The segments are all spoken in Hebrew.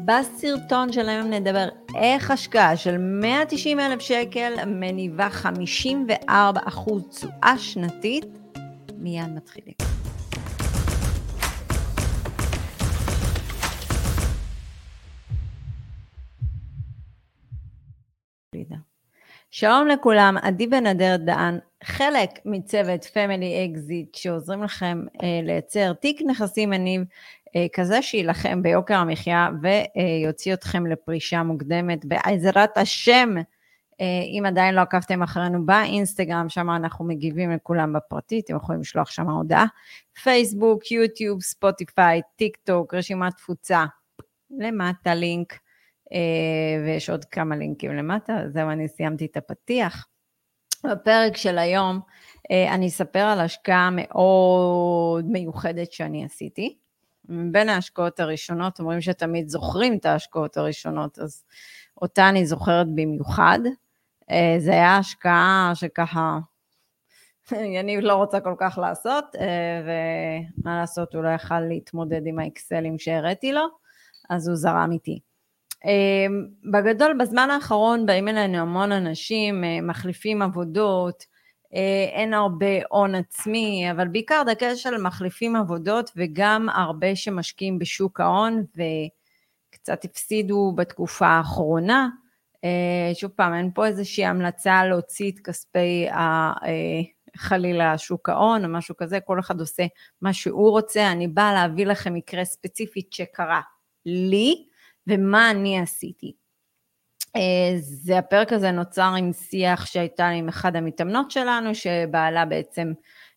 בסרטון שלהם נדבר איך השקעה של 190,000 שקל מניבה 54% תשואה שנתית. מיד מתחילים. שלום לכולם, עדי בן אדר דהן, חלק מצוות פמילי אקזיט שעוזרים לכם לייצר תיק נכסים מניב כזה שילחם ביוקר המחיה ויוציא אתכם לפרישה מוקדמת בעזרת השם. אם עדיין לא עקבתם אחרינו באינסטגרם, שם אנחנו מגיבים לכולם בפרטי, אתם יכולים לשלוח שם הודעה, פייסבוק, יוטיוב, ספוטיפיי, טיק טוק, רשימת תפוצה, למטה לינק, ויש עוד כמה לינקים למטה. זהו, אני סיימתי את הפתיח. בפרק של היום אני אספר על השקעה מאוד מיוחדת שאני עשיתי. בין ההשקעות הראשונות, אומרים שתמיד זוכרים את ההשקעות הראשונות, אז אותה אני זוכרת במיוחד. זה היה השקעה שככה, אני לא רוצה כל כך לעשות, ומה לעשות, הוא לא יכל להתמודד עם האקסלים שהראיתי לו, אז הוא זרם איתי. בגדול, בזמן האחרון באים אלינו המון אנשים, מחליפים עבודות, אין הרבה הון עצמי, אבל בעיקר דגש על מחליפים עבודות, וגם הרבה שמשקיעים בשוק ההון, וקצת הפסידו בתקופה האחרונה. שוב פעם, אין פה איזושהי המלצה להוציא את כספי חלילה שוק ההון, או משהו כזה, כל אחד עושה מה שהוא רוצה. אני באה להביא לכם מקרה ספציפית שקרה לי, ומה אני עשיתי. זה הפרק הזה נוצר עם שיח שהייתה עם אחד המתאמנות שלנו, שבעלה בעצם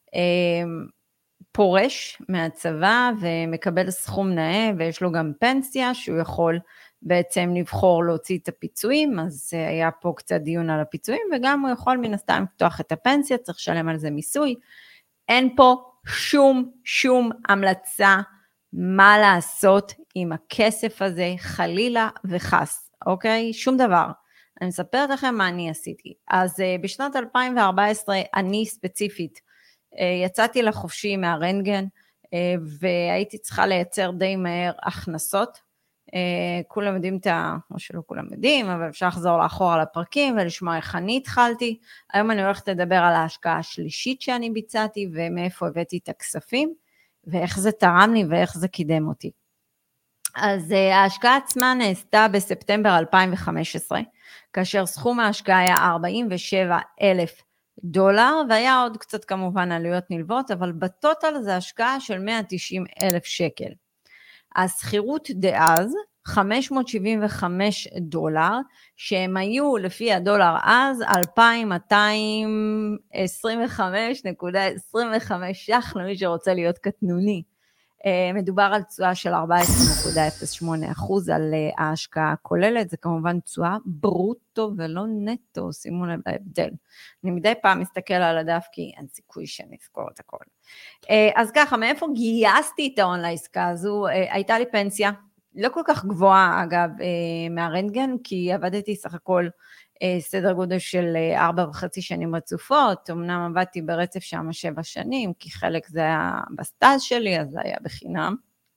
פורש מהצבא, ומקבל סכום נאה, ויש לו גם פנסיה, שהוא יכול בעצם לבחור להוציא את הפיצויים, אז היה פה קצת דיון על הפיצויים, וגם הוא יכול מן הסתם לפתוח את הפנסיה, צריך לשלם על זה מיסוי. אין פה שום המלצה, מה לעשות עם הכסף הזה, חלילה וחס, אוקיי? שום דבר. אני מספרת לכם מה אני עשיתי. אז בשנת 2014, אני ספציפית, יצאתי לחופשי מהרנטגן, והייתי צריכה לייצר די מהר הכנסות. כולם יודעים או שלא כולם יודעים, אבל אפשר לחזור לאחור על הפרקים, ולשמוע איך אני התחלתי. היום אני הולכת לדבר על ההשקעה השלישית שאני ביצעתי, ומאיפה הבאתי את הכספים. ואיך זה תרם לי ואיך זה קידם אותי. אז ההשקעה עצמה נעשתה בספטמבר 2015, כאשר סכום ההשקעה היה $47,000, והיה עוד קצת כמובן עלויות נלוות, אבל בטוטל זה השקעה של 190,000 שקל. הסחירות דאז, $575, שהם היו לפי הדולר אז, 2,225.25 ש"ח, למי שרוצה להיות קטנוני. מדובר על תשואה של 14.08% על ההשקעה הכוללת, זה כמובן תשואה ברוטו ולא נטו, שימו לב להבדל. אני מדי פעם מסתכל על הדף כי אין סיכוי שאני אזכור את הכל. אז ככה, מאיפה גייסתי את ההון לעסקה הזו? הייתה לי פנסיה, לא כל כך גבוהה אגב מהרנטגן, כי עבדתי סך הכל סדר גודל של 4.5 שנים רצופות, אמנם עבדתי ברצף שם 7 שנים, כי חלק זה היה בסטאז' שלי, אז זה היה בחינם.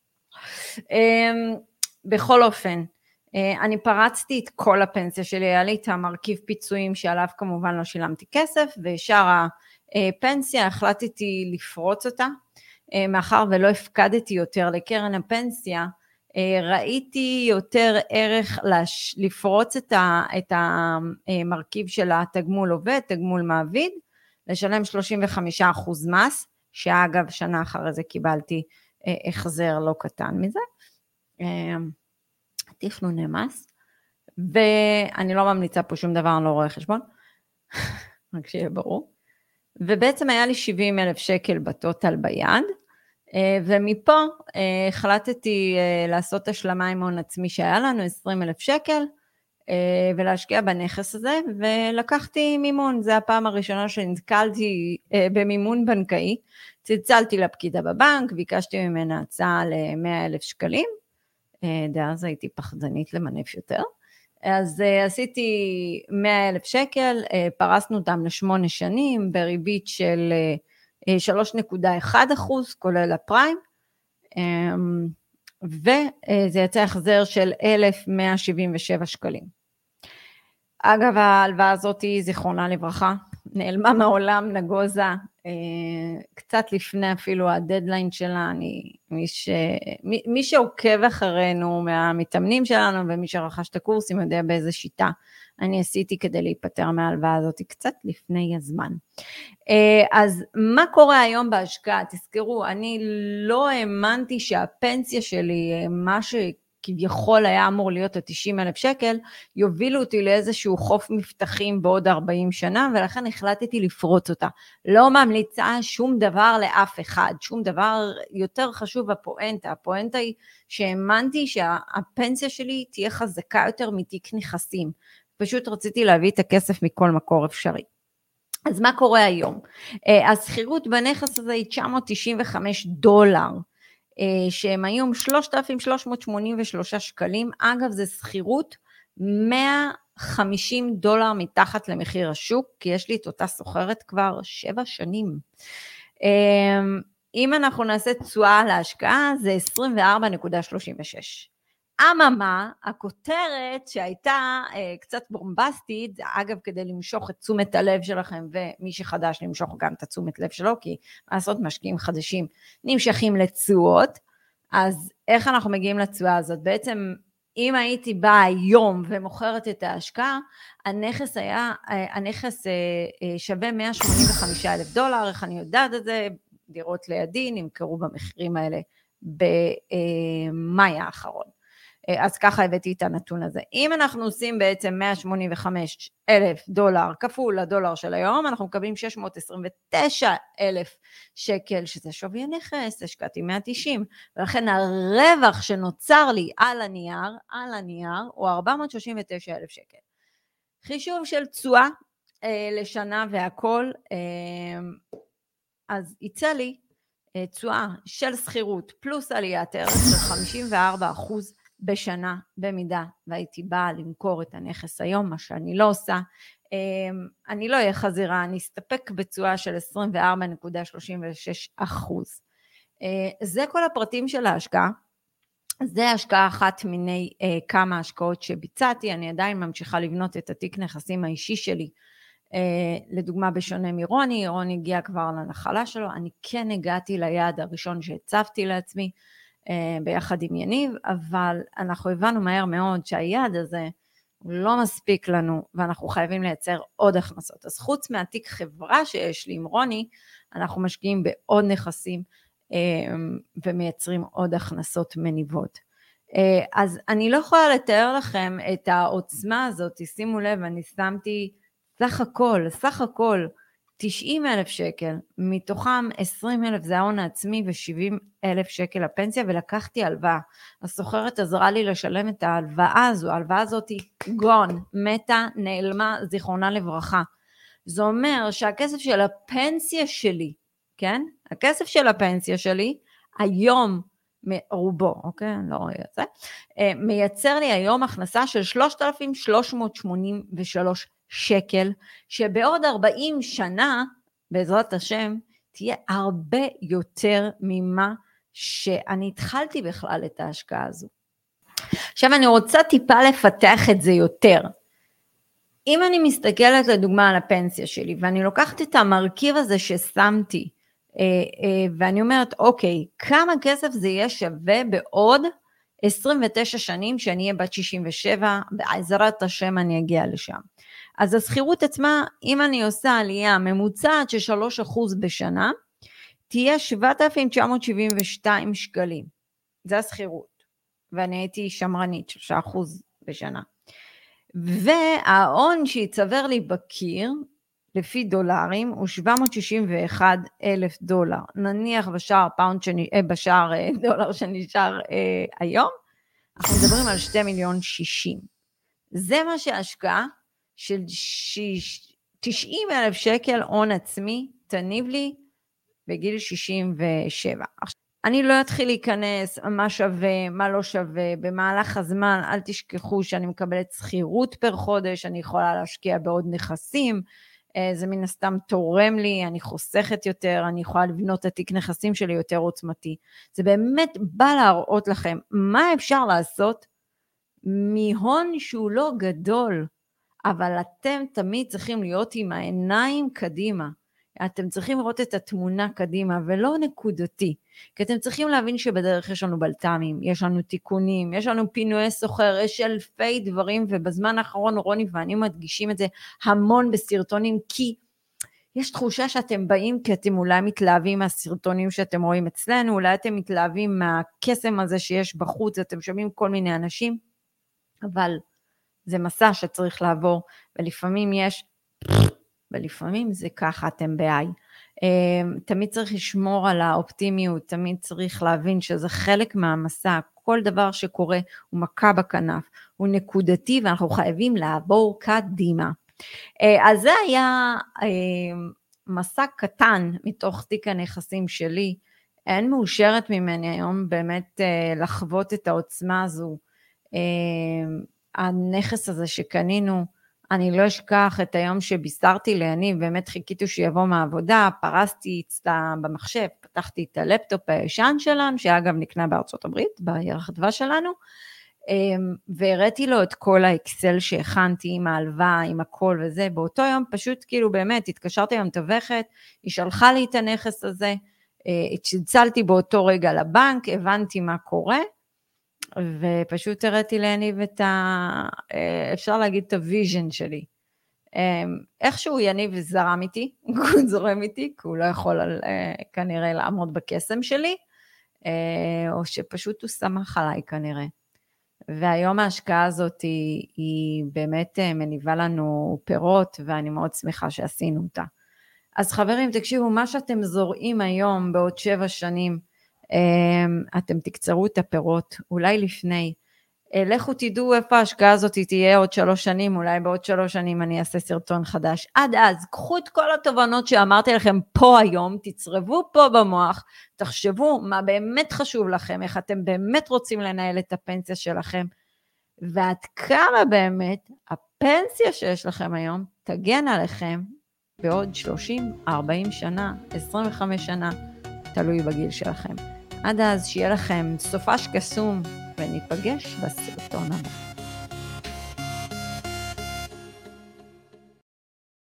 בכל אופן, אני פרצתי את כל הפנסיה שלי, היה לי את המרכיב פיצויים שעליו כמובן לא שילמתי כסף, ושאר הפנסיה החלטתי לפרוץ אותה, מאחר ולא הפקדתי יותר לקרן הפנסיה, ראיתי יותר ערך לפרוץ את המרכיב של התגמול עובד, תגמול מעביד, לשלם 35% מס, שאגב שנה אחרי זה קיבלתי החזר לא קטן מזה, תכנוני מס, ואני לא ממליצה פה שום דבר, אני לא רואה חשבון, רק שיהיה ברור, ובעצם היה לי 70,000 שקל בטוטל ביד, ומפה החלטתי לעשות השלמה עם הון עצמי שהיה לנו 20,000 שקל, ולהשקיע בנכס הזה, ולקחתי מימון. זה הפעם הראשונה שנתקלתי במימון בנקאי, צלצלתי לפקידה בבנק, ביקשתי ממנה הצעה ל100,000 שקלים, דאז הייתי פחדנית למנף יותר, אז עשיתי 100,000 שקל, פרסנו אותם ל8 שנים, בריבית של 3.1%, כולל הפריים, וזה יצא החזר של 1,177 שקלים. אגב, ההלוואה הזאת, זיכרונה לברכה, נעלמה מהעולם, נגוזה, קצת לפני אפילו הדדליין שלה. מי שעוקב אחרינו מהמתאמנים שלנו, ומי שרכש את הקורסים יודע באיזה שיטה אני עשיתי כדי להיפטר מההלוואה הזאת, קצת לפני הזמן. אז מה קורה היום בהשקעה? תזכרו, אני לא האמנתי שהפנסיה שלי, מה שכביכול היה אמור להיות 90,000 שקל, יובילו אותי לאיזשהו חוף מבטחים בעוד 40 שנה, ולכן החלטתי לפרוץ אותה. לא ממליצה שום דבר לאף אחד, שום דבר. יותר חשוב הפואנטה. הפואנטה היא שהאמנתי שהפנסיה שלי תהיה חזקה יותר מתיק נכסים. פשוט רציתי להביא את הכסף מכל מקור אפשרי. אז מה קורה היום? השכירות בנכס הזה היא $995, שהם היום 3,383 שקלים. אגב, זה שכירות $150 מתחת למחיר השוק, כי יש לי את אותה סוחרת כבר 7 שנים. אם אנחנו נעשה תשואה להשקעה, זה 24.36. אממה, הכותרת שהייתה קצת בומבסטית, זה אגב כדי למשוך את תשומת הלב שלכם, ומי שחדש למשוך גם את תשומת לב שלו, כי לעשות משקיעים חדשים נמשכים לתשואות. אז איך אנחנו מגיעים לתשואה הזאת? בעצם אם הייתי באה היום ומוכרת את ההשקעה, הנכס שווה $185,000, איך אני יודעת את זה? דירות לידי נמכרו במחירים האלה במאי האחרון. אז ככה הבאתי את הנתון הזה. אם אנחנו עושים בעצם $185,000 כפול לדולר של היום, אנחנו מקבלים 629,000 שקל, שזה שווי הנכס, השקעתי 190, ולכן הרווח שנוצר לי על הנייר, הוא 439,000 שקל. חישוב של תשואה לשנה והכל, אז יצא לי תשואה של שכירות פלוס עליית ערך של 54% בשנה, במידה והייתי באה למכור את הנכס היום, מה שאני לא עושה. אני לא אהיה חזירה, אני אסתפק בתשואה של 24.36%. זה כל הפרטים של ההשקעה. זה השקעה אחת מיני כמה השקעות שביצעתי. אני עדיין ממשיכה לבנות את התיק נכסים האישי שלי, לדוגמה בשונה מרוני. רוני הגיע כבר לנחלה שלו, אני כן הגעתי ליעד הראשון שהצבתי לעצמי, ביחד עם יניב, אבל אנחנו הבנו מהר מאוד שהיעד הזה הוא לא מספיק לנו, ואנחנו חייבים לייצר עוד הכנסות. אז חוץ מהתיק חברה שיש לי עם רוני, אנחנו משקיעים בעוד נכסים, ומייצרים עוד הכנסות מניבות. אז אני לא יכולה לתאר לכם את העוצמה הזאת. שימו לב, אני שמתי סך הכל 90,000 שקל, מתוכם 20,000 זה ההון העצמי ו70,000 שקל הפנסיה, ולקחתי הלוואה. הסוחרת עזרה לי לשלם את ההלוואה הזו. ההלוואה הזאת היא גון, מתה, נעלמה, זיכרונה לברכה. זה אומר שהכסף של הפנסיה שלי, כן? הכסף של הפנסיה שלי, היום, רובו, אוקיי? לא רואה את זה, מייצר לי היום הכנסה של 3,383 שקל, שבעוד 40 שנה, בעזרת השם, תהיה הרבה יותר ממה שאני התחלתי בכלל את ההשקעה הזו. עכשיו אני רוצה טיפה לפתח את זה יותר. אם אני מסתכלת לדוגמה על הפנסיה שלי, ואני לוקחת את המרכיב הזה ששמתי, ואני אומרת, אוקיי, כמה כסף זה יהיה שווה בעוד 29 שנים שאני אהיה בת 67, בעזרת השם אני אגיע לשם. אז השכירות עצמה, אם אני עושה עלייה ממוצעת של 3% בשנה, תהיה 7,972 שקלים. זה השכירות. ואני הייתי שמרנית, 3% בשנה. וההון שיצבר לי בקיר, לפי דולרים, הוא $761,000. נניח בשער דולר שנשאר היום, אנחנו מדברים על 2,060,000. זה מה שההשקעה של 90,000 שקל הון עצמי תניב לי בגיל 67. אני לא אתחיל להיכנס מה שווה, מה לא שווה. במהלך הזמן אל תשכחו שאני מקבלת שכירות פר חודש, אני יכולה להשקיע בעוד נכסים, זה מן הסתם תורם לי, אני חוסכת יותר, אני יכולה לבנות את התיק נכסים שלי יותר עוצמתי. זה באמת בא להראות לכם מה אפשר לעשות מהון שהוא לא גדול, אבל אתם תמיד צריכים להיות עם העיניים קדימה. אתם צריכים לראות את התמונה קדימה, ולא נקודתי. כי אתם צריכים להבין שבדרך יש לנו בלת"מים, יש לנו תיקונים, יש לנו פינויי סוחר, יש אלפי דברים, ובזמן האחרון רוני ואני מדגישים את זה המון בסרטונים, כי יש תחושה שאתם באים, כי אתם אולי מתלהבים מהסרטונים שאתם רואים אצלנו, אולי אתם מתלהבים מהקסם הזה שיש בחוץ, אתם שומעים כל מיני אנשים, אבל זה מסע שצריך לעבור, ולפעמים יש, ולפעמים זה ככה, אתם בעי. תמיד צריך לשמור על האופטימיות, תמיד צריך להבין שזה חלק מהמסע, כל דבר שקורה הוא מכה בכנף, הוא נקודתי, ואנחנו חייבים לעבור קדימה. אז זה היה מסע קטן מתוך תיק הנכסים שלי, אין מאושרת ממני היום באמת לחוות את העוצמה הזו, הנכס הזה שקנינו, אני לא אשכח את היום שבישרתי ליניב, באמת חיכיתי שיבוא מהעבודה, פרסתי אצלה במחשב, פתחתי את הלפטופ הישן שלנו, שאגב נקנה בארצות הברית, בירח דבש שלנו, והראיתי לו את כל האקסל שהכנתי עם ההלוואה, עם הכל וזה, באותו יום פשוט כאילו באמת התקשרתי עם מתווכת, היא שלחה לי את הנכס הזה, צלצלתי באותו רגע לבנק, הבנתי מה קורה, ופשוט הראיתי ליניב את אפשר להגיד את הוויז'ן שלי. איכשהו יניב זרם איתי, הוא זורם איתי, כי הוא לא יכול כנראה לעמוד בקסם שלי, או שפשוט הוא שמח עליי כנראה. והיום ההשקעה הזאת היא באמת מניבה לנו פירות, ואני מאוד שמחה שעשינו אותה. אז חברים, תקשיבו, מה שאתם זורעים היום בעוד 7 שנים, אתם תקצרו את הפירות, אולי לפני. לכו תדעו איפה ההשקעה הזאת תהיה עוד 3 שנים, אולי בעוד 3 שנים אני אעשה סרטון חדש. עד אז, קחו את כל התובנות שאמרתי לכם פה היום, תצרבו פה במוח, תחשבו מה באמת חשוב לכם, איך אתם באמת רוצים לנהל את הפנסיה שלכם, ועד כמה באמת הפנסיה שיש לכם היום תגן עליכם בעוד 30, 40 שנה, 25 שנה, תלוי בגיל שלכם. עד אז שיהיה לכם סופש קסום, וניפגש בסרטון הבא.